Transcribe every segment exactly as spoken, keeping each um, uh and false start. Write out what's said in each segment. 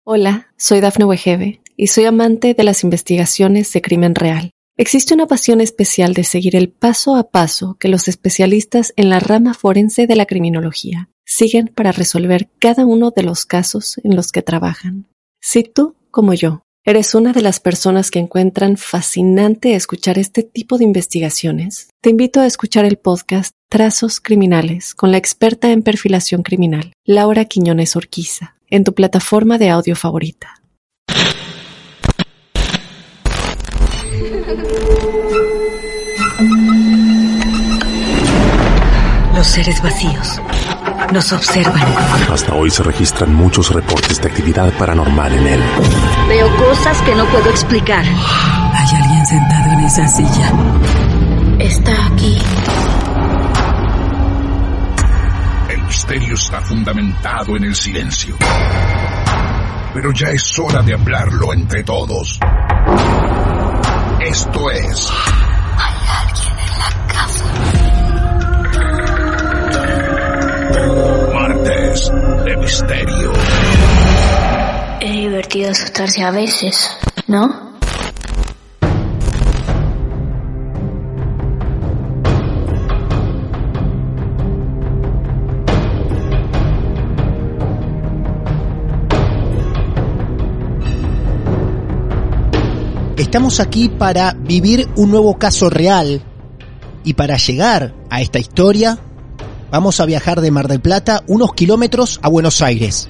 Hola, soy Dafne Wegebe y soy amante de las investigaciones de crimen real. Existe una pasión especial de seguir el paso a paso que los especialistas en la rama forense de la criminología siguen para resolver cada uno de los casos en los que trabajan. Si tú, como yo, eres una de las personas que encuentran fascinante escuchar este tipo de investigaciones, te invito a escuchar el podcast Trazos Criminales con la experta en perfilación criminal, Laura Quiñones Orquiza, en tu plataforma de audio favorita. Los seres vacíos nos observan. Hasta hoy se registran muchos reportes de actividad paranormal en él. Veo cosas que no puedo explicar. Hay alguien sentado en esa silla. Está aquí. El misterio está fundamentado en el silencio. Pero ya es hora de hablarlo entre todos. Esto es... Hay alguien en la casa. Martes de Misterio. Es divertido asustarse a veces, ¿no? Estamos aquí para vivir un nuevo caso real y para llegar a esta historia vamos a viajar de Mar del Plata unos kilómetros a Buenos Aires.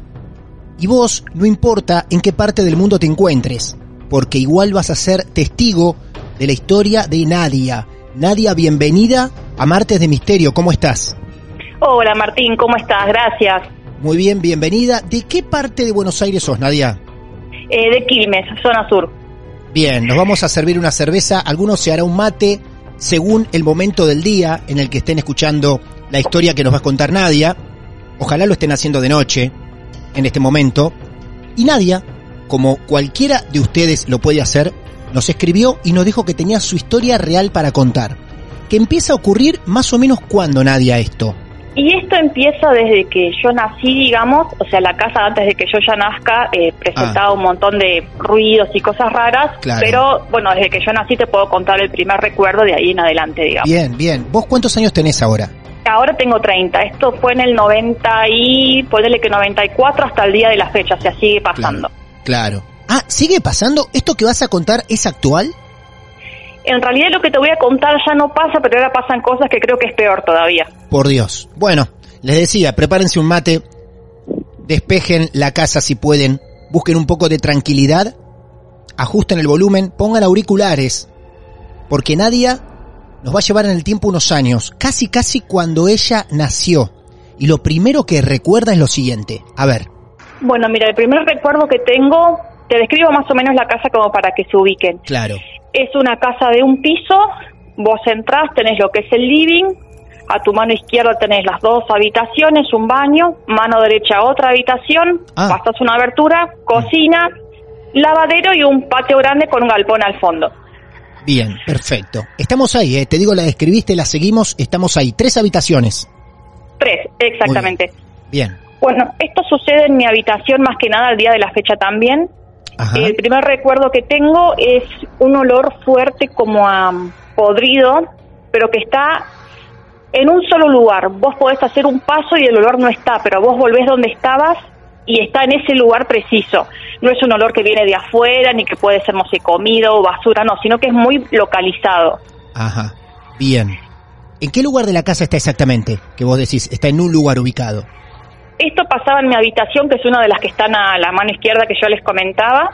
Y vos, no importa en qué parte del mundo te encuentres, porque igual vas a ser testigo de la historia de Nadia. Nadia, bienvenida a Martes de Misterio, ¿cómo estás? Hola Martín, ¿cómo estás? Gracias. Muy bien, bienvenida. ¿De qué parte de Buenos Aires sos, Nadia? Eh, de Quilmes, zona sur. Bien, nos vamos a servir una cerveza, algunos se hará un mate, según el momento del día en el que estén escuchando la historia que nos va a contar Nadia. Ojalá lo estén haciendo de noche, en este momento. Y Nadia, como cualquiera de ustedes lo puede hacer, nos escribió y nos dijo que tenía su historia real para contar. Que empieza a ocurrir más o menos cuando, Nadia, esto. Y esto empieza desde que yo nací, digamos, o sea, la casa antes de que yo ya nazca eh, presentaba ah. un montón de ruidos y cosas raras, claro. Pero bueno, desde que yo nací te puedo contar el primer recuerdo de ahí en adelante, digamos. Bien, bien. ¿Vos cuántos años tenés ahora? Ahora tengo treinta, esto fue en el noventa y, ponele que noventa y cuatro hasta el día de la fecha, o sea, sigue pasando. Claro, claro. Ah, ¿sigue pasando? ¿Esto que vas a contar es actual? En realidad lo que te voy a contar ya no pasa, pero ahora pasan cosas que creo que es peor todavía. Por Dios. Bueno, les decía, prepárense un mate, despejen la casa si pueden, busquen un poco de tranquilidad, ajusten el volumen, pongan auriculares, porque Nadia nos va a llevar en el tiempo unos años, casi casi cuando ella nació. Y lo primero que recuerda es lo siguiente. A ver. Bueno, mira, el primer recuerdo que tengo, te describo más o menos la casa como para que se ubiquen. Claro. Es una casa de un piso, vos entrás, tenés lo que es el living, a tu mano izquierda tenés las dos habitaciones, un baño, mano derecha otra habitación, ah. pasas una abertura, cocina, lavadero y un patio grande con un galpón al fondo. Bien, perfecto. Estamos ahí, eh. te digo, la describiste, la seguimos, estamos ahí. Tres habitaciones. Tres, exactamente. Bien. bien. Bueno, esto sucede en mi habitación más que nada al día de la fecha también. Ajá. El primer recuerdo que tengo es un olor fuerte como a podrido, pero que está en un solo lugar. Vos podés hacer un paso y el olor no está, pero vos volvés donde estabas y está en ese lugar preciso. No es un olor que viene de afuera, ni que puede ser, no sé, comida o basura, no, sino que es muy localizado. Ajá, bien. ¿En qué lugar de la casa está exactamente? Que vos decís, está en un lugar ubicado. Esto pasaba en mi habitación, que es una de las que están a la mano izquierda que yo les comentaba,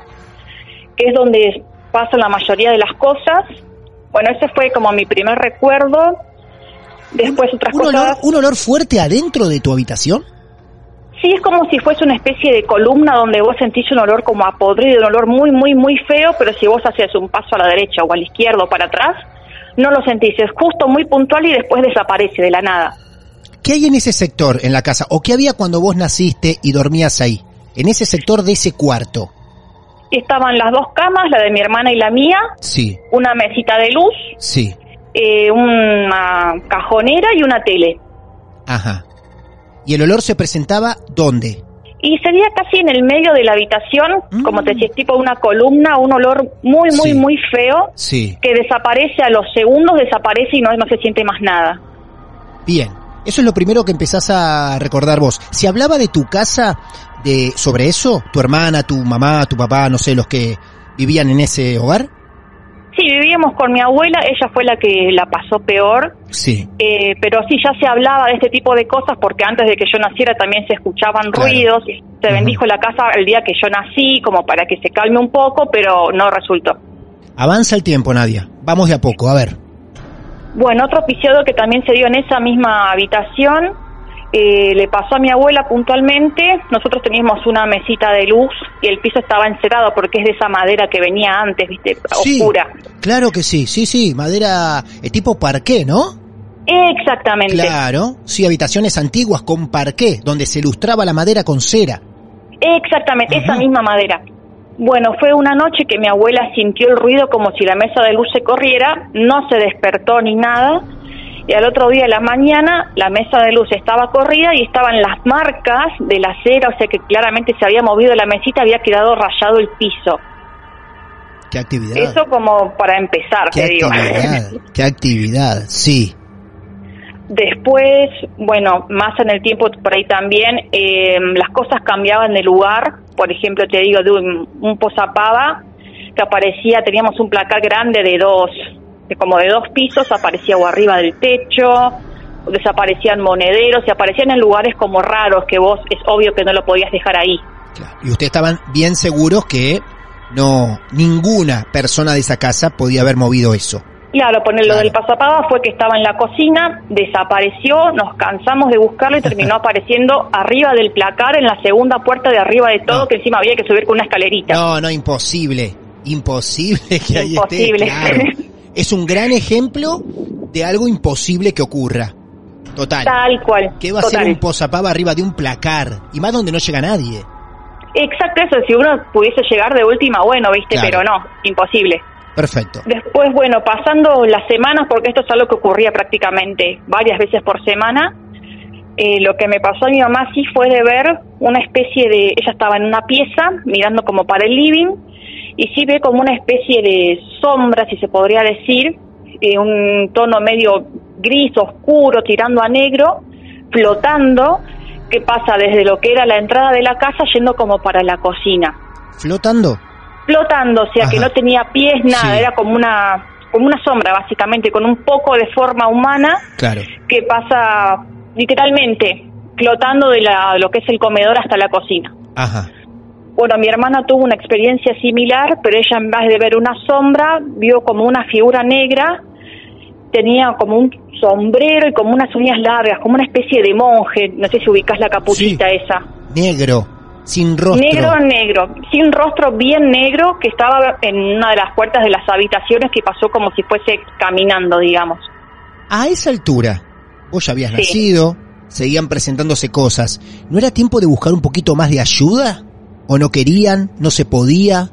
que es donde pasan la mayoría de las cosas. Bueno, ese fue como mi primer recuerdo. Después ¿Un, otras un cosas... Olor, ¿Un olor fuerte adentro de tu habitación? Sí, es como si fuese una especie de columna donde vos sentís un olor como a podrido, un olor muy, muy, muy feo, pero si vos hacías un paso a la derecha o a la izquierda o para atrás, no lo sentís, es justo muy puntual y después desaparece de la nada. ¿Qué hay en ese sector en la casa? ¿O qué había cuando vos naciste y dormías ahí? En ese sector de ese cuarto. Estaban las dos camas, la de mi hermana y la mía. Sí. Una mesita de luz. Sí. Eh, una cajonera y una tele. Ajá. ¿Y el olor se presentaba dónde? Y sería casi en el medio de la habitación, mm. como te decía, tipo una columna, un olor muy, muy, sí. muy feo, sí. que desaparece a los segundos, desaparece y no, no se siente más nada. Bien, eso es lo primero que empezás a recordar vos. ¿Se hablaba de tu casa, de sobre eso? ¿Tu hermana, tu mamá, tu papá, no sé, los que vivían en ese hogar? Sí, vivíamos con mi abuela, ella fue la que la pasó peor. Sí. Eh, pero sí, ya se hablaba de este tipo de cosas porque antes de que yo naciera también se escuchaban claro. ruidos. Se bendijo uh-huh. la casa el día que yo nací, como para que se calme un poco, pero no resultó. Avanza el tiempo, Nadia. Vamos de a poco, a ver. Bueno, otro episodio que también se dio en esa misma habitación, eh, le pasó a mi abuela puntualmente. Nosotros teníamos una mesita de luz y el piso estaba encerado porque es de esa madera que venía antes, viste, sí, oscura. Claro que sí, sí, sí, madera eh, tipo parqué, ¿no? Exactamente. Claro, sí, habitaciones antiguas con parqué, donde se ilustraba la madera con cera. Exactamente, uh-huh. esa misma madera. Bueno, fue una noche que mi abuela sintió el ruido como si la mesa de luz se corriera, no se despertó ni nada, y al otro día de la mañana la mesa de luz estaba corrida y estaban las marcas de la cera, o sea que claramente se había movido la mesita, había quedado rayado el piso. ¿Qué actividad? Eso como para empezar, ¿Qué te actividad? digo. ¿Qué actividad? Sí. Después, bueno, más en el tiempo por ahí también, eh, las cosas cambiaban de lugar. Por ejemplo, te digo, de un, un posapava que aparecía, teníamos un placar grande de dos, de como de dos pisos, aparecía o arriba del techo, desaparecían monederos y aparecían en lugares como raros que vos es obvio que no lo podías dejar ahí. Claro. Y ustedes estaban bien seguros que no, ninguna persona de esa casa podía haber movido eso. Claro, poner lo claro. del pasapava fue que estaba en la cocina, desapareció, nos cansamos de buscarlo y terminó apareciendo arriba del placar, en la segunda puerta de arriba de todo, no. que encima había que subir con una escalerita. No, no, imposible, imposible que ahí imposible. esté. Claro. Es un gran ejemplo de algo imposible que ocurra. Total. Tal cual. ¿Qué va total. a ser un posapava arriba de un placar? Y más donde no llega nadie. Exacto, eso, si uno pudiese llegar de última, bueno, viste, claro. pero no, imposible. Perfecto. Después, bueno, pasando las semanas, porque esto es algo que ocurría prácticamente varias veces por semana, eh, lo que me pasó a mi mamá sí fue de ver una especie de... Ella estaba en una pieza, mirando como para el living, y sí ve como una especie de sombra, si se podría decir, eh, un tono medio gris, oscuro, tirando a negro, flotando, que pasa desde lo que era la entrada de la casa yendo como para la cocina. ¿Flotando? Flotando, o sea, Ajá. que no tenía pies, nada, sí. era como una como una sombra, básicamente, con un poco de forma humana, claro. que pasa literalmente flotando de, la, de lo que es el comedor hasta la cocina. Ajá. Bueno, mi hermana tuvo una experiencia similar, pero ella en vez de ver una sombra, vio como una figura negra, tenía como un sombrero y como unas uñas largas, como una especie de monje, no sé si ubicás la capuchita sí. esa. Negro. Sin rostro. Negro, negro, sin rostro, bien negro, que estaba en una de las puertas de las habitaciones, que pasó como si fuese caminando, digamos. A esa altura, vos ya habías sí. nacido, seguían presentándose cosas. ¿No era tiempo de buscar un poquito más de ayuda? ¿O no querían? ¿No se podía?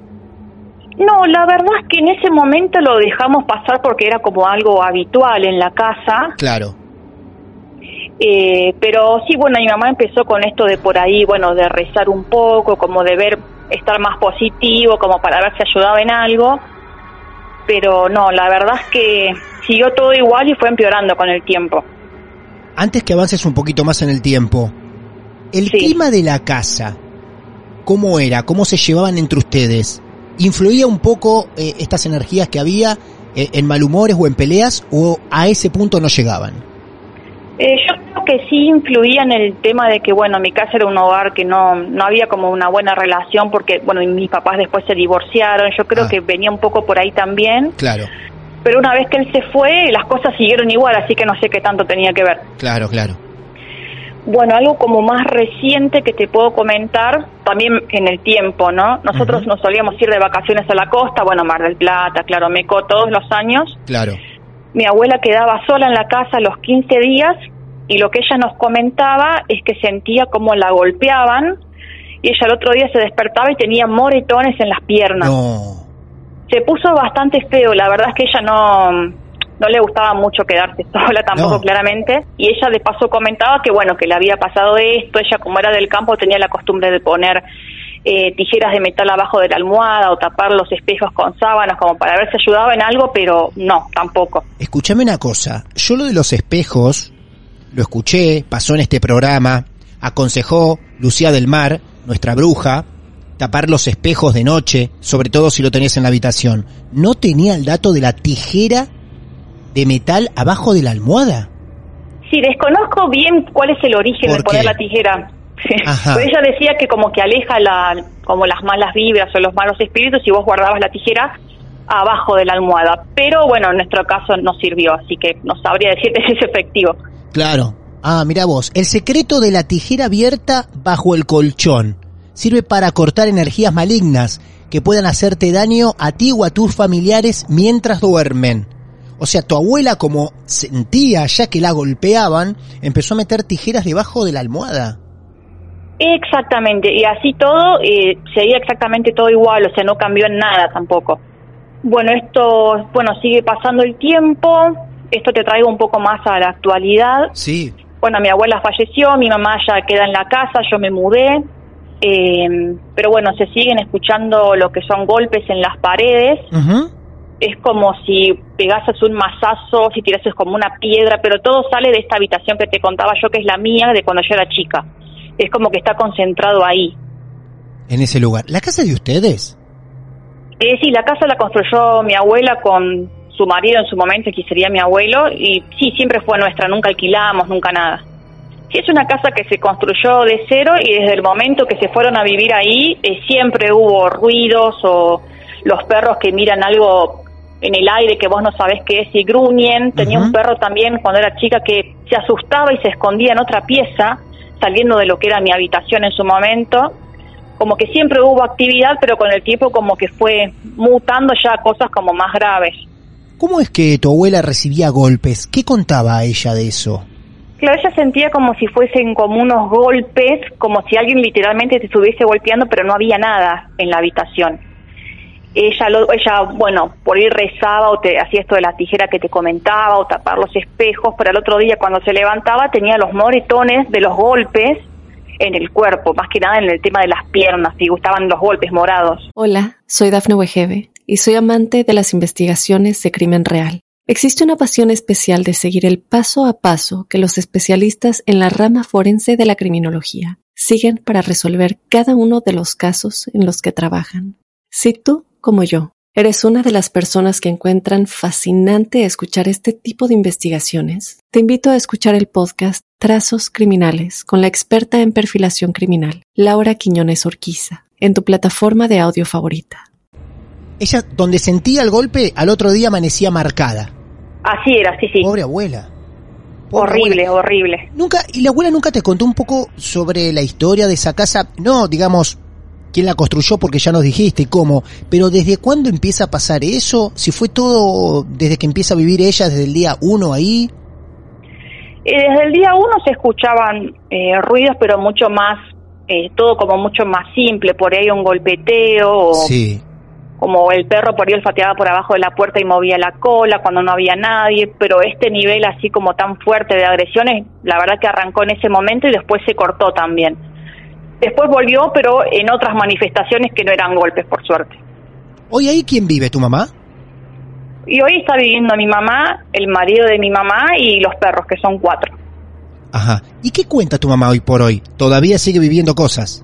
No, la verdad es que en ese momento lo dejamos pasar porque era como algo habitual en la casa. Claro. Eh, pero sí, bueno, mi mamá empezó con esto de por ahí, bueno, de rezar un poco, como de ver, estar más positivo, como para ver si ayudaba en algo, pero no, la verdad es que siguió todo igual y fue empeorando con el tiempo. Antes que avances un poquito más en el tiempo, el sí. clima de la casa, ¿cómo era? ¿Cómo se llevaban entre ustedes? ¿Influía un poco eh, estas energías que había eh, en malhumores o en peleas, o a ese punto no llegaban? Eh, yo creo que sí influía en el tema de que, bueno, mi casa era un hogar que no no había como una buena relación porque, bueno, mis papás después se divorciaron, yo creo ah. que venía un poco por ahí también. Claro. Pero una vez que él se fue, las cosas siguieron igual, así que no sé qué tanto tenía que ver. Claro, claro. Bueno, algo como más reciente que te puedo comentar, también en el tiempo, ¿no? Nosotros uh-huh. nos solíamos ir de vacaciones a la costa, bueno, Mar del Plata, Claromeco, todos los años. Claro. Mi abuela quedaba sola en la casa los quince días y lo que ella nos comentaba es que sentía como la golpeaban y ella el otro día se despertaba y tenía moretones en las piernas. No. Se puso bastante feo, la verdad es que ella no no le gustaba mucho quedarse sola tampoco, no. Claramente, y ella de paso comentaba que bueno, que le había pasado esto. Ella, como era del campo, tenía la costumbre de poner eh, tijeras de metal abajo de la almohada o tapar los espejos con sábanas como para ver si ayudaba en algo, pero no, tampoco. Escúchame una cosa, yo lo de los espejos lo escuché, pasó en este programa, aconsejó Lucía del Mar, nuestra bruja, tapar los espejos de noche, sobre todo si lo tenés en la habitación. ¿No tenía el dato de la tijera de metal abajo de la almohada? Sí, desconozco bien cuál es el origen de poner la tijera. Pues ella decía que como que aleja la, como las malas vibras o los malos espíritus si vos guardabas la tijera abajo de la almohada. Pero bueno, en nuestro caso no sirvió, así que no sabría decirte si es efectivo. Claro. Ah, mira vos, el secreto de la tijera abierta bajo el colchón sirve para cortar energías malignas que puedan hacerte daño a ti o a tus familiares mientras duermen. O sea, tu abuela, como sentía ya que la golpeaban, empezó a meter tijeras debajo de la almohada. Exactamente, y así todo, eh, seguía exactamente todo igual, o sea, no cambió en nada tampoco. Bueno, esto, bueno, sigue pasando el tiempo, esto te traigo un poco más a la actualidad. Sí. Bueno, mi abuela falleció, mi mamá ya queda en la casa, yo me mudé, eh, pero bueno, se siguen escuchando lo que son golpes en las paredes. Uh-huh. Es como si pegases un mazazo, si tirases como una piedra, pero todo sale de esta habitación que te contaba yo, que es la mía, de cuando yo era chica. Es como que está concentrado ahí. En ese lugar. ¿La casa de ustedes? Eh, sí, la casa la construyó mi abuela con su marido en su momento, que sería mi abuelo, y sí, siempre fue nuestra, nunca alquilamos, nunca nada. Sí, es una casa que se construyó de cero y desde el momento que se fueron a vivir ahí, eh, siempre hubo ruidos o los perros que miran algo en el aire que vos no sabés qué es y gruñen. Tenía uh-huh. un perro también cuando era chica que se asustaba y se escondía en otra pieza, saliendo de lo que era mi habitación en su momento. Como que siempre hubo actividad, pero con el tiempo como que fue mutando ya a cosas como más graves. ¿Cómo es que tu abuela recibía golpes? ¿Qué contaba a ella de eso? Claro, ella sentía como si fuesen como unos golpes, como si alguien literalmente te estuviese golpeando, pero no había nada en la habitación. Ella, lo, ella bueno, por ahí rezaba o te hacía esto de la tijera que te comentaba o tapar los espejos, pero al otro día cuando se levantaba tenía los moretones de los golpes en el cuerpo, más que nada en el tema de las piernas, y gustaban los golpes morados. Hola, soy Dafne Wegebe y soy amante de las investigaciones de crimen real. Existe una pasión especial de seguir el paso a paso que los especialistas en la rama forense de la criminología siguen para resolver cada uno de los casos en los que trabajan. Si tú, como yo, eres una de las personas que encuentran fascinante escuchar este tipo de investigaciones, te invito a escuchar el podcast Trazos Criminales con la experta en perfilación criminal, Laura Quiñones Orquiza, en tu plataforma de audio favorita. Ella, donde sentía el golpe, al otro día amanecía marcada. Así era, sí, sí. Pobre abuela. Pobre horrible, abuela. horrible. Nunca, ¿y la abuela nunca te contó un poco sobre la historia de esa casa? No, digamos, quién la construyó, porque ya nos dijiste cómo, pero ¿desde cuándo empieza a pasar eso? ¿Si fue todo desde que empieza a vivir ella, desde el día uno ahí? Eh, desde el día uno se escuchaban eh, ruidos, pero mucho más, eh, todo como mucho más simple, por ahí un golpeteo, o sí. Como el perro por ahí olfateaba por abajo de la puerta y movía la cola cuando no había nadie, pero este nivel así como tan fuerte de agresiones, la verdad que arrancó en ese momento y después se cortó también. Después volvió, pero en otras manifestaciones que no eran golpes, por suerte. ¿Hoy ahí quién vive, tu mamá? Y hoy está viviendo mi mamá, el marido de mi mamá y los perros, que son cuatro. Ajá. ¿Y qué cuenta tu mamá hoy por hoy? ¿Todavía sigue viviendo cosas?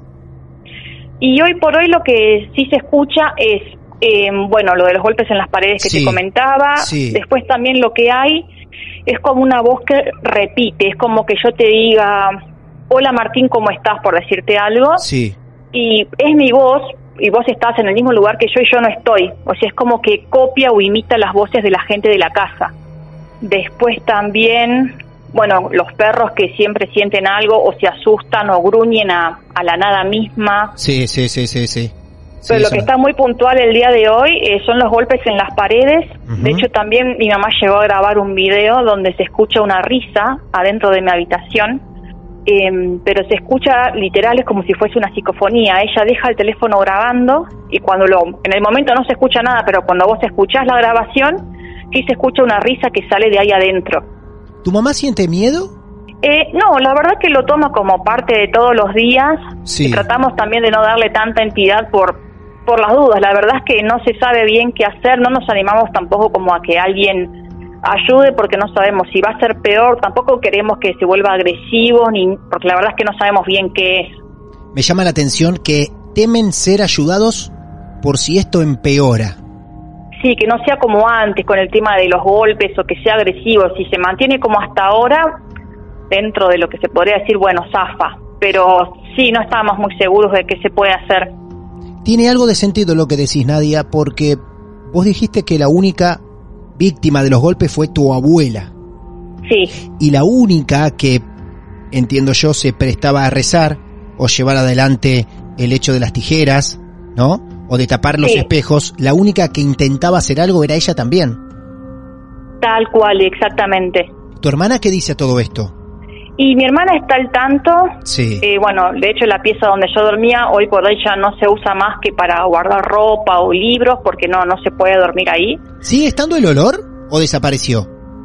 Y hoy por hoy lo que sí se escucha es, eh, bueno, lo de los golpes en las paredes que sí, te comentaba. Sí. Después también lo que hay es como una voz que repite, es como que yo te diga, hola Martín, ¿cómo estás? Por decirte algo. Sí. Y es mi voz, y vos estás en el mismo lugar que yo y yo no estoy. O sea, es como que copia o imita las voces de la gente de la casa. Después también, bueno, los perros que siempre sienten algo o se asustan o gruñen a, a la nada misma. Sí, sí, sí, sí, sí. Pero sí, lo que no... está muy puntual el día de hoy eh, son los golpes en las paredes. Uh-huh. De hecho, también mi mamá llegó a grabar un video donde se escucha una risa adentro de mi habitación. Eh, pero se escucha literal, es como si fuese una psicofonía. Ella deja el teléfono grabando y cuando lo, en el momento no se escucha nada, pero cuando vos escuchás la grabación, sí se escucha una risa que sale de ahí adentro. ¿Tu mamá siente miedo? Eh, no, la verdad que lo toma como parte de todos los días. Sí. Y tratamos también de no darle tanta entidad por, por las dudas. La verdad es que no se sabe bien qué hacer, no nos animamos tampoco como a que alguien ayude porque no sabemos si va a ser peor, tampoco queremos que se vuelva agresivo, ni porque la verdad es que no sabemos bien qué es. Me llama la atención que temen ser ayudados por si esto empeora. Sí, que no sea como antes con el tema de los golpes o que sea agresivo. Si se mantiene como hasta ahora, dentro de lo que se podría decir, bueno, zafa. Pero sí, no estábamos muy seguros de qué se puede hacer. Tiene algo de sentido lo que decís, Nadia, porque vos dijiste que la única víctima de los golpes fue tu abuela. Sí. Y la única que, entiendo yo, se prestaba a rezar o llevar adelante el hecho de las tijeras, ¿no? O de tapar los sí. espejos, la única que intentaba hacer algo era ella también. Tal cual, exactamente. ¿Tu hermana qué dice a todo esto? Y mi hermana está al tanto. Sí. Eh, bueno, de hecho la pieza donde yo dormía, hoy por hoy ya no se usa más que para guardar ropa o libros, porque no, no se puede dormir ahí. ¿Sigue estando el olor o desapareció?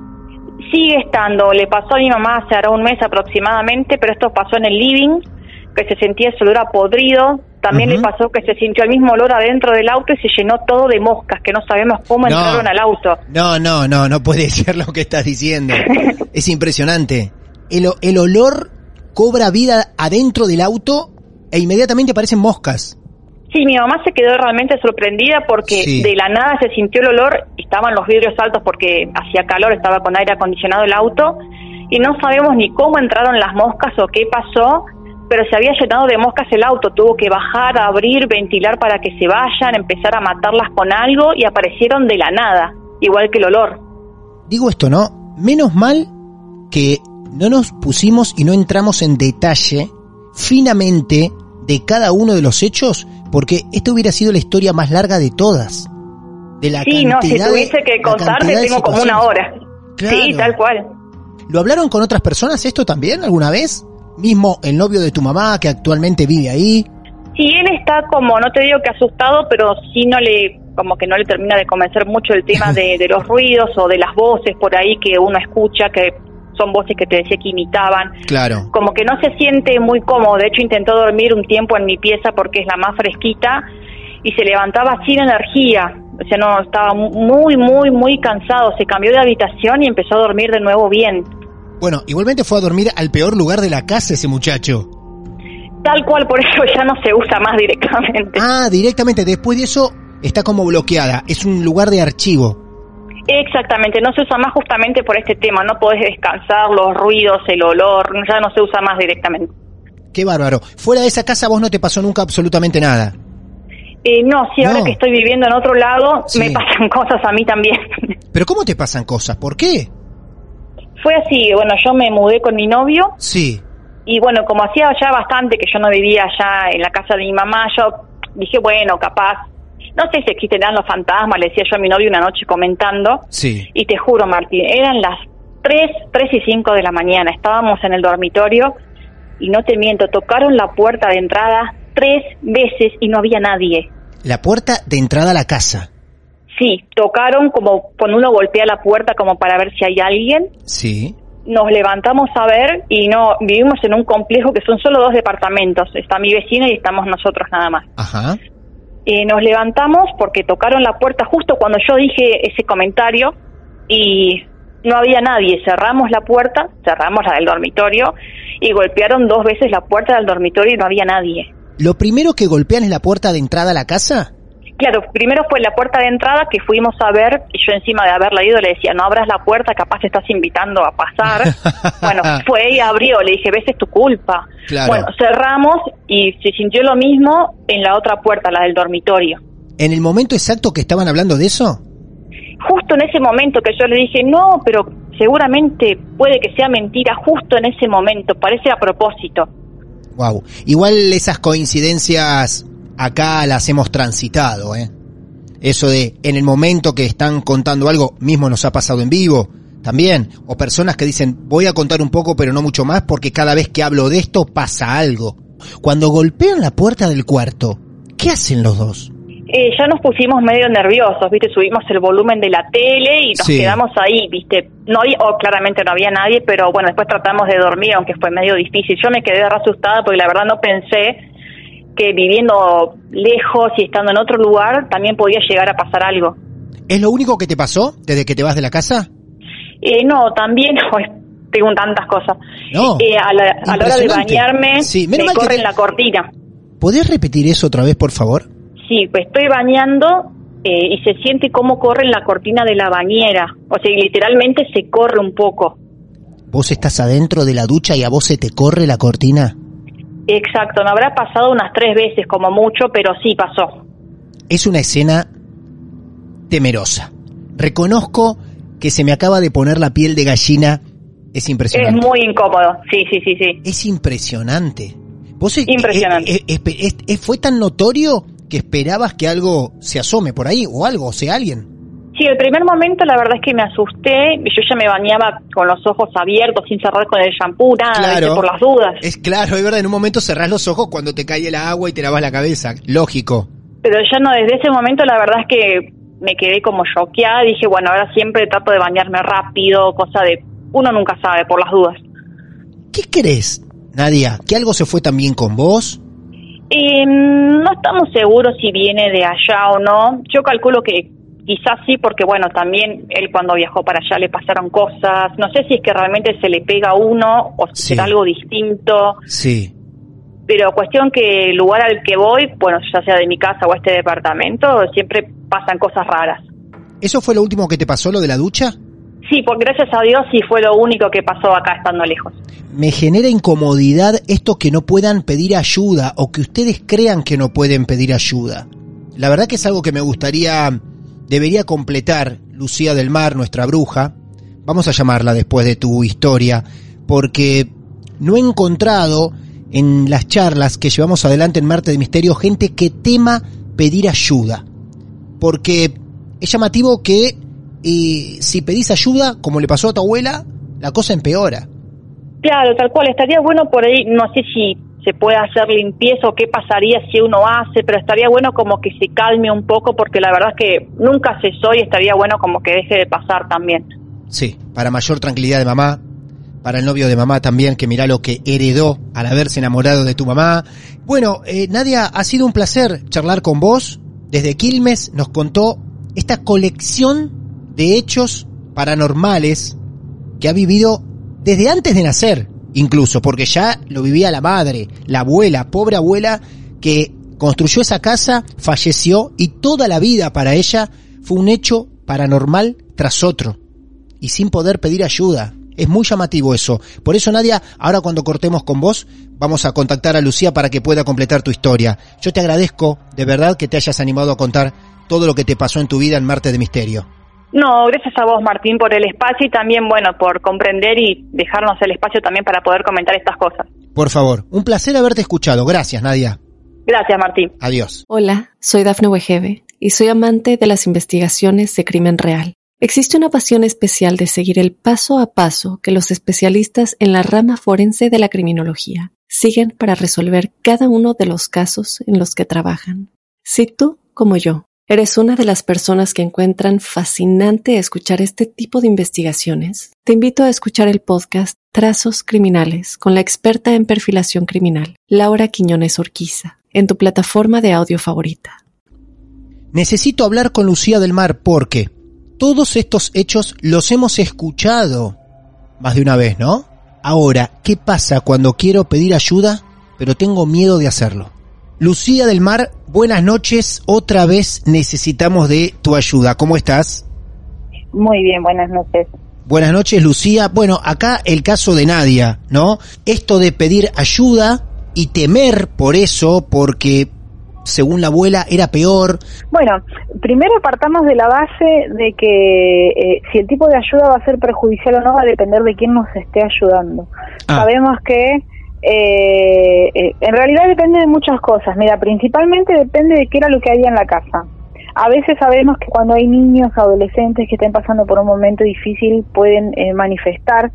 Sigue estando, le pasó a mi mamá hace ahora un mes aproximadamente, pero esto pasó en el living, que se sentía ese olor a podrido. También uh-huh. le pasó que se sintió el mismo olor adentro del auto y se llenó todo de moscas, que no sabemos cómo no, entraron al auto. No, no, no, no puede ser lo que estás diciendo. Es impresionante. El, el olor cobra vida adentro del auto e inmediatamente aparecen moscas. Sí, mi mamá se quedó realmente sorprendida porque sí. de la nada se sintió el olor, estaban los vidrios altos porque hacía calor, estaba con aire acondicionado el auto, y no sabemos ni cómo entraron las moscas o qué pasó, pero se había llenado de moscas el auto, tuvo que bajar, abrir, ventilar para que se vayan, empezar a matarlas con algo y aparecieron de la nada, igual que el olor. Digo esto, ¿no? Menos mal que no nos pusimos y no entramos en detalle finamente de cada uno de los hechos, porque esta hubiera sido la historia más larga de todas. De la sí, no, si tuviese de, que contarte tengo como una hora. Claro. Sí, tal cual. ¿Lo hablaron con otras personas esto también alguna vez? Mismo el novio de tu mamá que actualmente vive ahí. Sí, él está como, no te digo que asustado, pero sí no le, como que no le termina de convencer mucho el tema de, de los ruidos o de las voces por ahí que uno escucha, que son voces que te decía que imitaban. Claro. Como que no se siente muy cómodo. De hecho, intentó dormir un tiempo en mi pieza porque es la más fresquita y se levantaba sin energía. O sea, no, estaba muy, muy, muy cansado. Se cambió de habitación y empezó a dormir de nuevo bien. Bueno, igualmente fue a dormir al peor lugar de la casa ese muchacho. Tal cual, por eso ya no se usa más directamente. Ah, directamente. Después de eso está como bloqueada. Es un lugar de archivo. Exactamente, no se usa más justamente por este tema, no podés descansar, los ruidos, el olor, ya no se usa más directamente. Qué bárbaro. Fuera de esa casa vos no te pasó nunca absolutamente nada. Eh, no, sí, ahora no. que estoy viviendo en otro lado, sí. me pasan cosas a mí también. ¿Pero cómo te pasan cosas? ¿Por qué? Fue así, bueno, yo me mudé con mi novio. Sí. Y bueno, como hacía ya bastante que yo no vivía allá en la casa de mi mamá, yo dije, bueno, capaz... No sé si existirán los fantasmas, le decía yo a mi novio una noche comentando. Sí. Y te juro, Martín, eran las tres, tres y cinco de la mañana. Estábamos en el dormitorio y no te miento, tocaron la puerta de entrada tres veces y no había nadie. ¿La puerta de entrada a la casa? Sí, tocaron como cuando uno golpea la puerta como para ver si hay alguien. Sí. Nos levantamos a ver y no, vivimos en un complejo que son solo dos departamentos. Está mi vecino y estamos nosotros nada más. Ajá. Eh, nos levantamos porque tocaron la puerta justo cuando yo dije ese comentario y no había nadie. Cerramos la puerta, cerramos la del dormitorio y golpearon dos veces la puerta del dormitorio y no había nadie. ¿Lo primero que golpean es la puerta de entrada a la casa? Claro, primero fue la puerta de entrada que fuimos a ver y yo encima de haberla ido le decía, no abras la puerta, capaz te estás invitando a pasar. Bueno, fue y abrió, le dije, ves, es tu culpa. Claro. Bueno, cerramos y se sintió lo mismo en la otra puerta, la del dormitorio. ¿En el momento exacto que estaban hablando de eso? Justo en ese momento que yo le dije, no, pero seguramente puede que sea mentira, justo en ese momento, parece a propósito. Wow, igual esas coincidencias acá las hemos transitado, ¿eh? Eso de, en el momento que están contando algo, mismo nos ha pasado en vivo, también, o personas que dicen, voy a contar un poco pero no mucho más porque cada vez que hablo de esto pasa algo. Cuando golpean la puerta del cuarto, ¿qué hacen los dos? Eh, ya nos pusimos medio nerviosos, ¿viste? Subimos el volumen de la tele y nos sí. quedamos ahí, ¿viste? No había, oh, claramente no había nadie, pero bueno, después tratamos de dormir, aunque fue medio difícil. Yo me quedé re asustada porque la verdad no pensé que viviendo lejos y estando en otro lugar también podía llegar a pasar algo. ¿Es lo único que te pasó desde que te vas de la casa? Eh, no, también... Oh, tengo tantas cosas. No, eh, a, la, a la hora de bañarme, sí, me corren te... la cortina. ¿Podés repetir eso otra vez, por favor? Sí, pues estoy bañando eh, y se siente cómo corre la cortina de la bañera. O sea, literalmente se corre un poco. ¿Vos estás adentro de la ducha y a vos se te corre la cortina? Exacto, me habrá pasado unas tres veces como mucho, pero sí pasó. Es una escena temerosa. Reconozco que se me acaba de poner la piel de gallina. Es impresionante. Es muy incómodo, sí, sí, sí, sí. Es impresionante. ¿Vos impresionante. Eh, eh, eh, eh, ¿Fue tan notorio que esperabas que algo se asome por ahí o algo, o sea, alguien? Sí, el primer momento la verdad es que me asusté. Yo ya me bañaba con los ojos abiertos, sin cerrar con el shampoo, nada, claro, por las dudas. Es claro, es verdad, en un momento cerrás los ojos cuando te cae el agua y te lavas la cabeza, lógico. Pero ya no, desde ese momento la verdad es que me quedé como choqueada. Dije, bueno, ahora siempre trato de bañarme rápido, cosa de... Uno nunca sabe, por las dudas. ¿Qué crees, Nadia? ¿Que algo se fue también con vos? Eh, no estamos seguros si viene de allá o no. Yo calculo que quizás sí, porque bueno, también él cuando viajó para allá le pasaron cosas. No sé si es que realmente se le pega a uno o si sí. será algo distinto. Sí. Pero cuestión que el lugar al que voy, bueno, ya sea de mi casa o este departamento, siempre pasan cosas raras. ¿Eso fue lo último que te pasó, lo de la ducha? Sí, porque gracias a Dios sí fue lo único que pasó acá estando lejos. Me genera incomodidad esto que no puedan pedir ayuda o que ustedes crean que no pueden pedir ayuda. La verdad que es algo que me gustaría, debería completar Lucía del Mar, nuestra bruja. Vamos a llamarla después de tu historia, porque no he encontrado en las charlas que llevamos adelante en Martes de Misterio gente que tema pedir ayuda. Porque es llamativo que y si pedís ayuda, como le pasó a tu abuela, la cosa empeora. Claro, tal cual. Estaría bueno por ahí, no sé si se puede hacer limpieza o qué pasaría si uno hace, pero estaría bueno como que se calme un poco, porque la verdad es que nunca cesó y estaría bueno como que deje de pasar también. Sí, para mayor tranquilidad de mamá, para el novio de mamá también, que mirá lo que heredó al haberse enamorado de tu mamá. Bueno, eh, Nadia, ha sido un placer charlar con vos. Desde Quilmes nos contó esta colección de hechos paranormales que ha vivido desde antes de nacer, incluso, porque ya lo vivía la madre, la abuela, pobre abuela, que construyó esa casa, falleció y toda la vida para ella fue un hecho paranormal tras otro y sin poder pedir ayuda. Es muy llamativo eso. Por eso, Nadia, ahora cuando cortemos con vos, vamos a contactar a Lucía para que pueda completar tu historia. Yo te agradezco, de verdad, que te hayas animado a contar todo lo que te pasó en tu vida en Martes de Misterio. No, gracias a vos, Martín, por el espacio y también, bueno, por comprender y dejarnos el espacio también para poder comentar estas cosas. Por favor, un placer haberte escuchado. Gracias, Nadia. Gracias, Martín. Adiós. Hola, soy Dafne Wegebe y soy amante de las investigaciones de crimen real. Existe una pasión especial de seguir el paso a paso que los especialistas en la rama forense de la criminología siguen para resolver cada uno de los casos en los que trabajan. Si tú, como yo, ¿eres una de las personas que encuentran fascinante escuchar este tipo de investigaciones? Te invito a escuchar el podcast Trazos Criminales con la experta en perfilación criminal, Laura Quiñones Orquiza, en tu plataforma de audio favorita. Necesito hablar con Lucía del Mar porque todos estos hechos los hemos escuchado más de una vez, ¿no? Ahora, ¿qué pasa cuando quiero pedir ayuda, pero tengo miedo de hacerlo? Lucía del Mar, buenas noches. Otra vez necesitamos de tu ayuda. ¿Cómo estás? Muy bien, buenas noches. Buenas noches, Lucía. Bueno, acá el caso de Nadia, ¿no? Esto de pedir ayuda y temer por eso, porque según la abuela era peor. Bueno, primero partamos de la base de que eh, si el tipo de ayuda va a ser perjudicial o no va a depender de quién nos esté ayudando. Ah. Sabemos que Eh, eh, en realidad depende de muchas cosas. Mira, principalmente depende de qué era lo que había en la casa. A veces sabemos que cuando hay niños, adolescentes que estén pasando por un momento difícil pueden eh, manifestar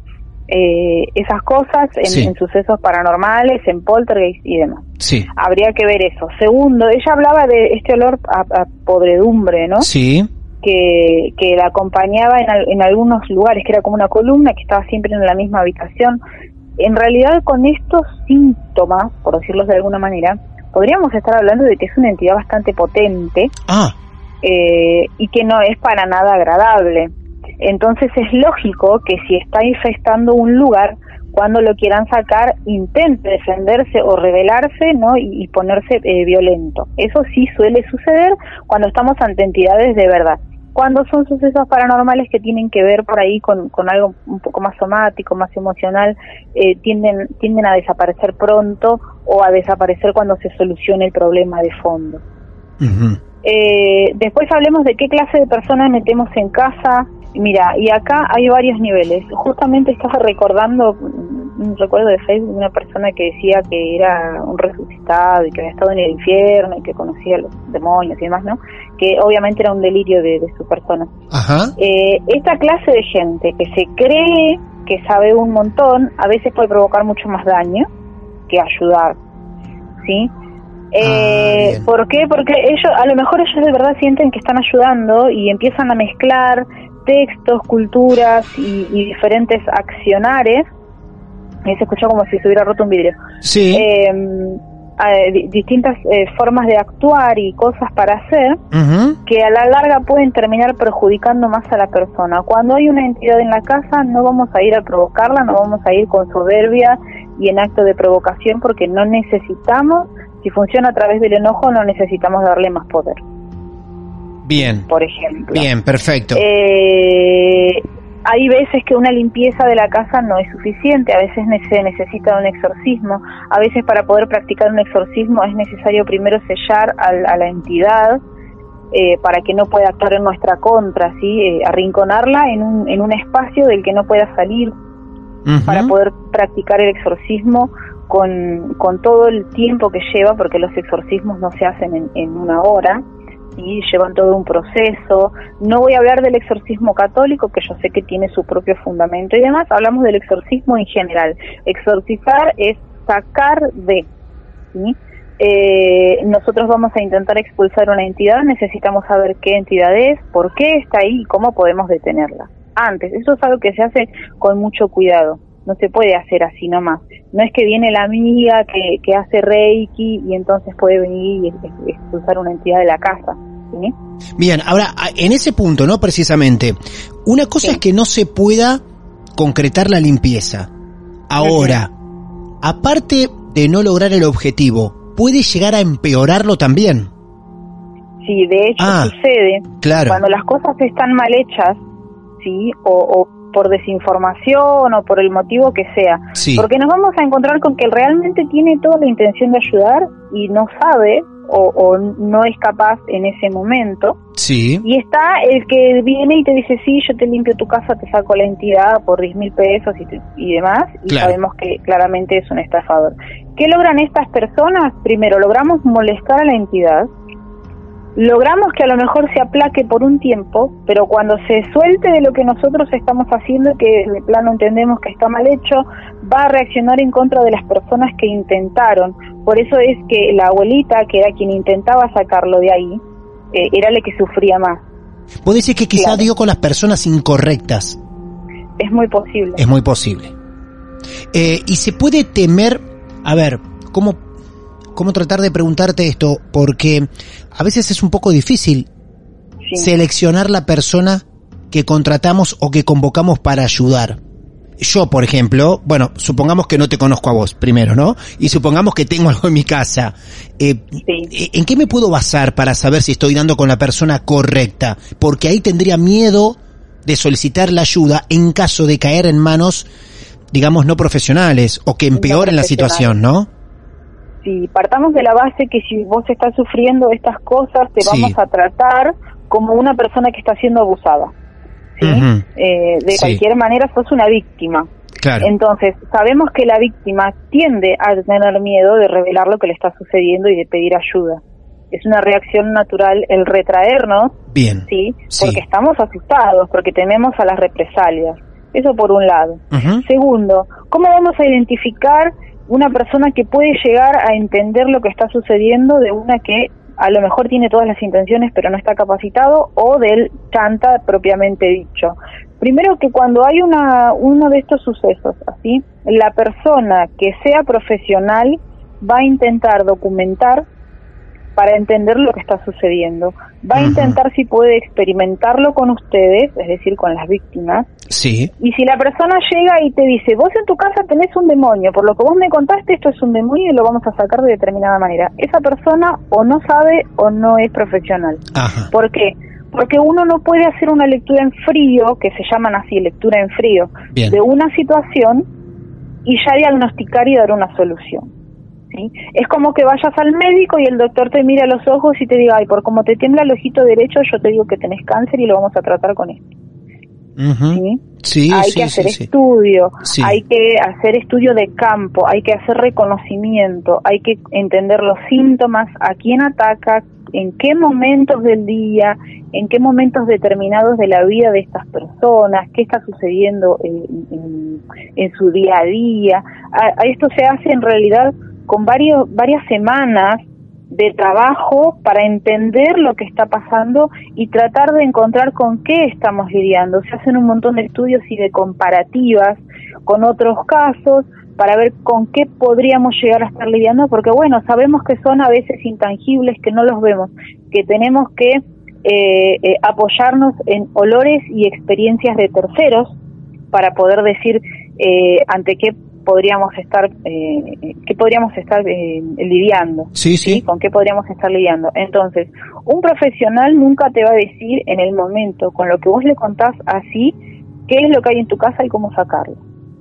eh, esas cosas en, sí. en sucesos paranormales, en poltergeist y demás. Sí. Habría que ver eso. Segundo, ella hablaba de este olor a, a podredumbre, ¿no? Sí. Que, que la acompañaba en, en algunos lugares, que era como una columna que estaba siempre en la misma habitación. En realidad, con estos síntomas, por decirlo de alguna manera, podríamos estar hablando de que es una entidad bastante potente. Ah. Eh, y que no es para nada agradable. Entonces es lógico que si está infestando un lugar, cuando lo quieran sacar, intente defenderse o rebelarse, ¿no? y, y ponerse eh, violento. Eso sí suele suceder cuando estamos ante entidades de verdad. Cuando son sucesos paranormales que tienen que ver por ahí con, con algo un poco más somático, más emocional, eh, tienden, tienden a desaparecer pronto o a desaparecer cuando se solucione el problema de fondo. Uh-huh. Eh, después hablemos de qué clase de personas metemos en casa. Mira, y acá hay varios niveles. Justamente estaba recordando un recuerdo de Facebook de una persona que decía que era un resucitado y que había estado en el infierno y que conocía a los demonios y demás, ¿no? Que obviamente era un delirio de, de su persona. Ajá. Eh, esta clase de gente que se cree que sabe un montón, a veces puede provocar mucho más daño que ayudar, ¿sí? Eh, ah, ¿Por qué? Porque ellos, a lo mejor ellos de verdad sienten que están ayudando y empiezan a mezclar textos, culturas y, y diferentes accionares. Y se escuchó como si se hubiera roto un vidrio. Sí. Eh, eh, distintas eh, formas de actuar y cosas para hacer, uh-huh. que a la larga pueden terminar perjudicando más a la persona. Cuando hay una entidad en la casa, no vamos a ir a provocarla, no vamos a ir con soberbia y en acto de provocación, porque no necesitamos. Si funciona a través del enojo, no necesitamos darle más poder. Bien. Por ejemplo. Bien, perfecto. Eh, hay veces que una limpieza de la casa no es suficiente, a veces se necesita un exorcismo, a veces para poder practicar un exorcismo es necesario primero sellar a, a la entidad eh, para que no pueda actuar en nuestra contra, ¿sí? Eh, arrinconarla en un, en un espacio del que no pueda salir, uh-huh. para poder practicar el exorcismo con, con todo el tiempo que lleva, porque los exorcismos no se hacen en, en una hora, y llevan todo un proceso. No voy a hablar del exorcismo católico, que yo sé que tiene su propio fundamento y demás, hablamos del exorcismo en general. Exorcizar es sacar de, ¿sí? Eh, nosotros vamos a intentar expulsar una entidad, necesitamos saber qué entidad es, por qué está ahí y cómo podemos detenerla. Antes, eso es algo que se hace con mucho cuidado. No se puede hacer así nomás. No es que viene la amiga que, que hace Reiki y entonces puede venir y expulsar una entidad de la casa, ¿sí? Bien, ahora, en ese punto, ¿no? Precisamente, una cosa sí. es que no se pueda concretar la limpieza. Ahora, uh-huh. aparte de no lograr el objetivo, ¿puede llegar a empeorarlo también? Sí, de hecho ah, sucede. Claro. Cuando las cosas están mal hechas, ¿sí? O... o por desinformación o por el motivo que sea, sí. porque nos vamos a encontrar con que realmente tiene toda la intención de ayudar y no sabe o, o no es capaz en ese momento, sí. y está el que viene y te dice, sí, yo te limpio tu casa, te saco la entidad por diez mil pesos y, te, y demás, y claro. sabemos que claramente es un estafador. ¿Qué logran estas personas? Primero, logramos molestar a la entidad, logramos que a lo mejor se aplaque por un tiempo, pero cuando se suelte de lo que nosotros estamos haciendo, que de plano entendemos que está mal hecho, va a reaccionar en contra de las personas que intentaron. Por eso es que la abuelita, que era quien intentaba sacarlo de ahí, eh, era la que sufría más. Puede ser que quizá claro. dio con las personas incorrectas. Es muy posible. Es muy posible. Eh, y se puede temer, a ver, ¿cómo cómo tratar de preguntarte esto? Porque a veces es un poco difícil sí. seleccionar la persona que contratamos o que convocamos para ayudar. Yo, por ejemplo, bueno, supongamos que no te conozco a vos primero, ¿no? Y supongamos que tengo algo en mi casa. Eh, sí. ¿En qué me puedo basar para saber si estoy dando con la persona correcta? Porque ahí tendría miedo de solicitar la ayuda en caso de caer en manos, digamos, no profesionales o que empeoren no la situación, ¿no? Sí, partamos de la base que si vos estás sufriendo estas cosas, te sí. vamos a tratar como una persona que está siendo abusada. ¿Sí? Uh-huh. Eh, de sí. cualquier manera sos una víctima. Claro. Entonces, sabemos que la víctima tiende a tener miedo de revelar lo que le está sucediendo y de pedir ayuda. Es una reacción natural el retraernos, Bien. ¿sí? sí. Porque estamos asustados, porque tememos a las represalias. Eso por un lado. Uh-huh. Segundo, ¿cómo vamos a identificar una persona que puede llegar a entender lo que está sucediendo de una que a lo mejor tiene todas las intenciones pero no está capacitado, o del chanta propiamente dicho? Primero, que cuando hay una uno de estos sucesos, así, la persona que sea profesional va a intentar documentar para entender lo que está sucediendo. Va a uh-huh. intentar si puede experimentarlo con ustedes, es decir, con las víctimas. Sí. Y si la persona llega y te dice, vos en tu casa tenés un demonio, por lo que vos me contaste, esto es un demonio y lo vamos a sacar de determinada manera, esa persona o no sabe o no es profesional. Ajá. ¿Por qué? Porque uno no puede hacer una lectura en frío, que se llaman así, lectura en frío, Bien. de una situación y ya diagnosticar y dar una solución. ¿Sí? Es como que vayas al médico y el doctor te mira a los ojos y te diga, ay, por como te tiembla el ojito derecho, yo te digo que tenés cáncer y lo vamos a tratar con esto. Uh-huh. ¿Sí? Sí, hay sí, que hacer sí, estudio, sí. hay que hacer estudio de campo, hay que hacer reconocimiento, hay que entender los síntomas, a quién ataca, en qué momentos del día, en qué momentos determinados de la vida de estas personas, qué está sucediendo en, en, en su día a día. A, a esto se hace en realidad con varios, varias semanas de trabajo para entender lo que está pasando y tratar de encontrar con qué estamos lidiando. Se hacen un montón de estudios y de comparativas con otros casos para ver con qué podríamos llegar a estar lidiando, porque bueno, sabemos que son a veces intangibles, que no los vemos, que tenemos que eh, eh, apoyarnos en olores y experiencias de terceros para poder decir eh, ante qué podríamos estar eh, qué podríamos estar eh, lidiando, sí, sí, ¿sí? Con qué podríamos estar lidiando. Entonces, un profesional nunca te va a decir en el momento, con lo que vos le contás así, qué es lo que hay en tu casa y cómo sacarlo.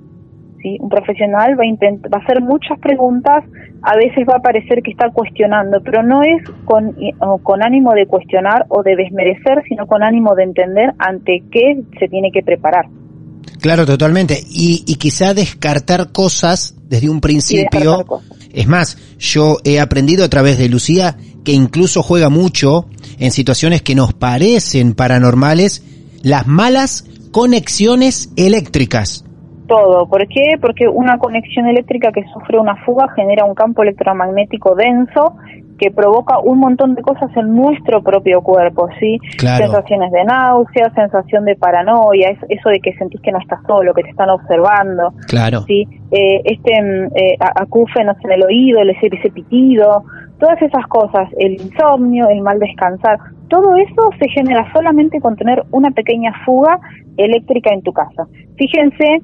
¿Sí? Un profesional va a intent- va a hacer muchas preguntas, a veces va a parecer que está cuestionando, pero no es con, con ánimo de cuestionar o de desmerecer, sino con ánimo de entender ante qué se tiene que preparar. Claro, totalmente. Y, y quizá descartar cosas desde un principio. Es más, yo he aprendido a través de Lucía que incluso juega mucho en situaciones que nos parecen paranormales, las malas conexiones eléctricas. Todo. ¿Por qué? Porque una conexión eléctrica que sufre una fuga genera un campo electromagnético denso que provoca un montón de cosas en nuestro propio cuerpo, ¿sí? Claro. Sensaciones de náusea, sensación de paranoia, eso de que sentís que no estás solo, que te están observando. Claro. ¿Sí? Eh, este eh, acúfenos en el oído, ese, ese pitido, todas esas cosas, el insomnio, el mal descansar, todo eso se genera solamente con tener una pequeña fuga eléctrica en tu casa. Fíjense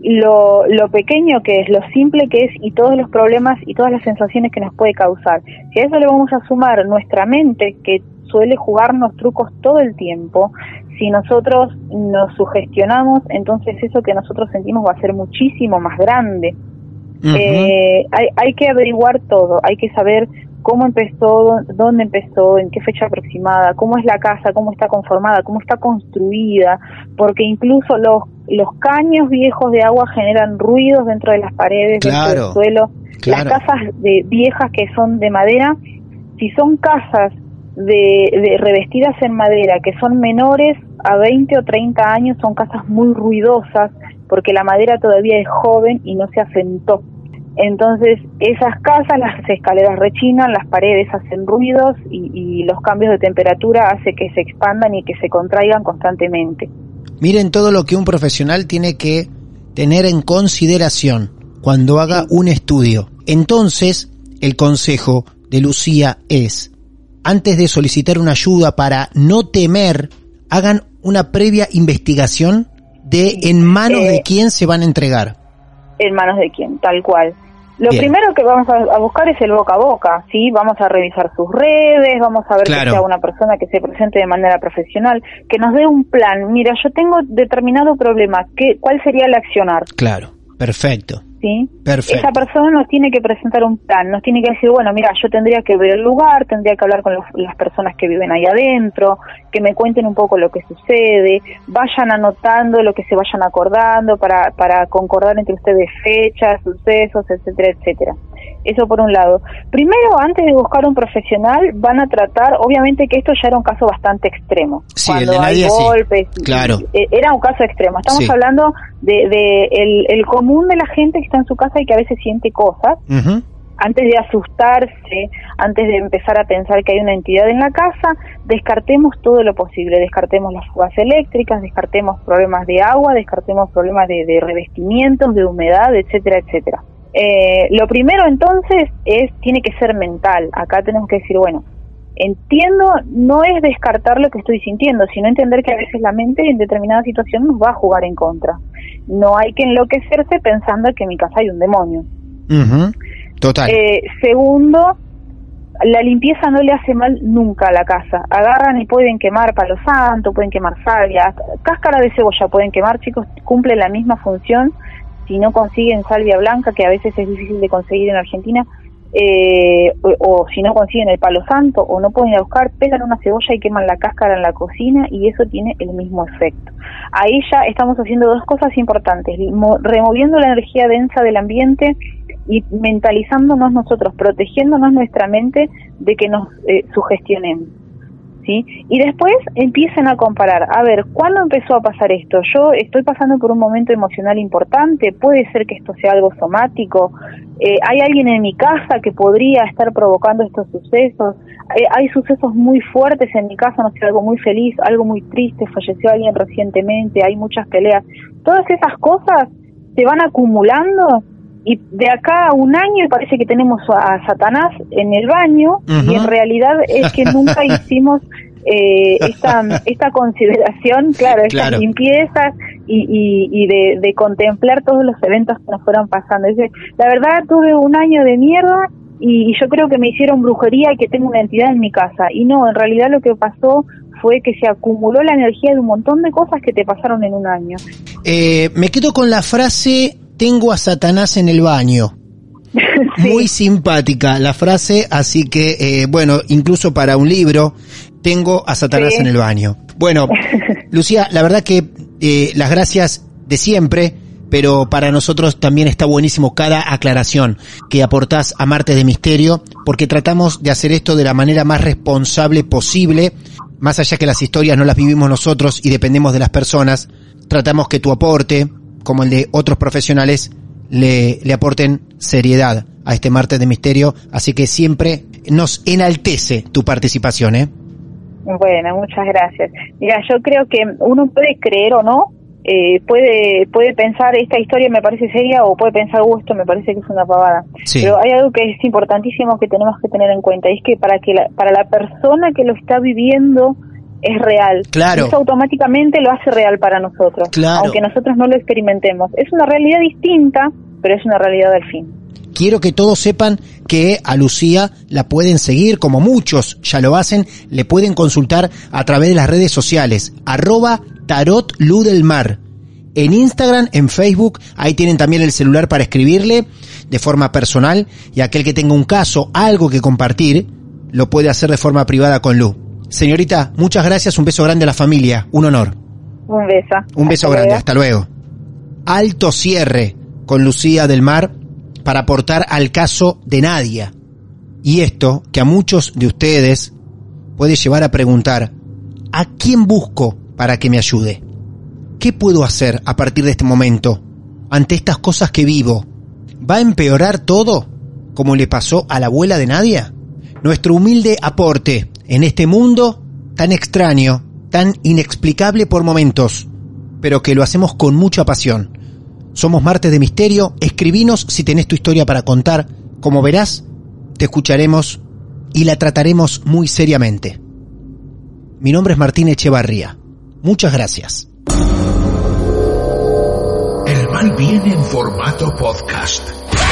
lo, lo pequeño que es, lo simple que es y todos los problemas y todas las sensaciones que nos puede causar. Si a eso le vamos a sumar nuestra mente, que suele jugarnos trucos todo el tiempo, si nosotros nos sugestionamos, entonces eso que nosotros sentimos va a ser muchísimo más grande. Uh-huh. Eh, hay, hay que averiguar todo, hay que saber cómo empezó, dónde empezó, en qué fecha aproximada, cómo es la casa, cómo está conformada, cómo está construida, porque incluso los los caños viejos de agua generan ruidos dentro de las paredes, claro, dentro del suelo. Claro. Las casas de viejas que son de madera, si son casas de, de revestidas en madera que son menores a veinte o treinta años, son casas muy ruidosas porque la madera todavía es joven y no se asentó. Entonces esas casas, las escaleras rechinan, las paredes hacen ruidos y, y los cambios de temperatura hace que se expandan y que se contraigan constantemente. Miren todo lo que un profesional tiene que tener en consideración cuando haga un estudio. Entonces, el consejo de Lucía es, antes de solicitar una ayuda para no temer, hagan una previa investigación de en manos eh, de quién se van a entregar. En manos de quién, tal cual. Lo Bien. primero que vamos a, a buscar es el boca a boca, ¿sí? Vamos a revisar sus redes, vamos a ver claro. que sea una persona que se presente de manera profesional, que nos dé un plan. Mira, yo tengo determinado problema, ¿qué, ¿cuál sería el accionar? Claro, perfecto. ¿Sí? Perfecto. Esa persona nos tiene que presentar un plan, nos tiene que decir, bueno, mira, yo tendría que ver el lugar, tendría que hablar con los, las personas que viven ahí adentro, que me cuenten un poco lo que sucede, vayan anotando lo que se vayan acordando para, para concordar entre ustedes fechas, sucesos, etcétera, etcétera. Eso por un lado. Primero, antes de buscar un profesional, van a tratar, obviamente que esto ya era un caso bastante extremo. Sí, cuando el de hay Nadia, golpes, sí. Claro. Era un caso extremo. Estamos Sí. hablando de, de el, el común de la gente que está en su casa y que a veces siente cosas. Uh-huh. Antes de asustarse, antes de empezar a pensar que hay una entidad en la casa, descartemos todo lo posible, descartemos las fugas eléctricas, descartemos problemas de agua, descartemos problemas de, de revestimientos, de humedad, etcétera, etcétera. Eh, lo primero entonces es, tiene que ser mental. Acá tenemos que decir, bueno, entiendo, no es descartar lo que estoy sintiendo, sino entender que a veces la mente en determinada situación nos va a jugar en contra. No hay que enloquecerse pensando que en mi casa hay un demonio. Uh-huh. Total. Eh, segundo, la limpieza no le hace mal nunca a la casa. Agarran y pueden quemar palo santo, pueden quemar salvia, cáscara de cebolla pueden quemar, chicos, cumple la misma función. Si no consiguen salvia blanca, que a veces es difícil de conseguir en Argentina, eh, o, o si no consiguen el palo santo o no pueden ir a buscar, pegan una cebolla y queman la cáscara en la cocina y eso tiene el mismo efecto. Ahí ya estamos haciendo dos cosas importantes, mo- removiendo la energía densa del ambiente y mentalizándonos nosotros, protegiéndonos nuestra mente de que nos eh, sugestionemos, ¿sí? Y después empiecen a comparar, a ver, ¿cuándo empezó a pasar esto? Yo estoy pasando por un momento emocional importante, puede ser que esto sea algo somático, eh, hay alguien en mi casa que podría estar provocando estos sucesos, eh, hay sucesos muy fuertes en mi casa, no sé, algo muy feliz, algo muy triste, falleció alguien recientemente, hay muchas peleas, todas esas cosas se van acumulando. Y de acá a un año parece que tenemos a Satanás en el baño, uh-huh. Y en realidad es que nunca hicimos eh, esta esta consideración, claro, estas claro. limpiezas y, y, y de, de contemplar todos los eventos que nos fueron pasando. Es decir, la verdad tuve un año de mierda y, y yo creo que me hicieron brujería y que tengo una entidad en mi casa. Y no, en realidad lo que pasó fue que se acumuló la energía de un montón de cosas que te pasaron en un año. Eh, me quedo con la frase... Tengo a Satanás en el baño. Sí. Muy simpática la frase, así que, eh, bueno, incluso para un libro, tengo a Satanás sí. en el baño. Bueno, Lucía, la verdad que eh, las gracias de siempre, pero para nosotros también está buenísimo cada aclaración que aportás a Martes de Misterio, porque tratamos de hacer esto de la manera más responsable posible, más allá que las historias no las vivimos nosotros y dependemos de las personas, tratamos que tu aporte, como el de otros profesionales, le, le aporten seriedad a este Martes de Misterio, así que siempre nos enaltece tu participación, ¿eh? Bueno, muchas gracias. Mira, yo creo que uno puede creer o no, eh, puede puede pensar esta historia me parece seria o puede pensar, uh, esto me parece que es una pavada. Sí. Pero hay algo que es importantísimo que tenemos que tener en cuenta, y es que para que la, para la persona que lo está viviendo es real. Claro. Eso automáticamente lo hace real para nosotros, claro. Aunque nosotros no lo experimentemos. Es una realidad distinta, pero es una realidad al fin. Quiero que todos sepan que a Lucía la pueden seguir, como muchos ya lo hacen, le pueden consultar a través de las redes sociales, arroba Tarot Luz del Mar. En Instagram, en Facebook, ahí tienen también el celular para escribirle de forma personal, y aquel que tenga un caso, algo que compartir, lo puede hacer de forma privada con Lu. Señorita, muchas gracias, un beso grande a la familia, un honor. Un beso. Un beso hasta grande, luego. Hasta luego. Alto cierre con Lucía del Mar para aportar al caso de Nadia. Y esto, que a muchos de ustedes puede llevar a preguntar, ¿a quién busco para que me ayude? ¿Qué puedo hacer a partir de este momento ante estas cosas que vivo? ¿Va a empeorar todo como le pasó a la abuela de Nadia? Nuestro humilde aporte en este mundo tan extraño, tan inexplicable por momentos, pero que lo hacemos con mucha pasión. Somos Martes de Misterio, escribinos si tenés tu historia para contar. Como verás, te escucharemos y la trataremos muy seriamente. Mi nombre es Martín Echevarría. Muchas gracias. El mal viene en formato podcast.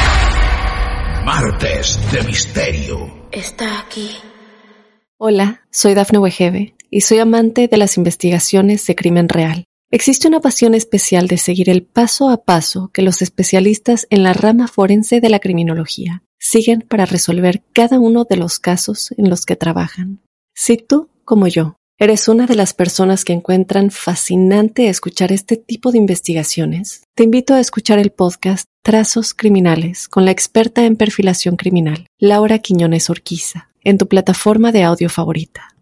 Martes de Misterio. Está aquí. Hola, soy Dafne Wegebe y soy amante de las investigaciones de crimen real. Existe una pasión especial de seguir el paso a paso que los especialistas en la rama forense de la criminología siguen para resolver cada uno de los casos en los que trabajan. Si tú, como yo, ¿Eres una de las personas que encuentran fascinante escuchar este tipo de investigaciones? Te invito a escuchar el podcast Trazos Criminales con la experta en perfilación criminal, Laura Quiñones Urquiza, en tu plataforma de audio favorita.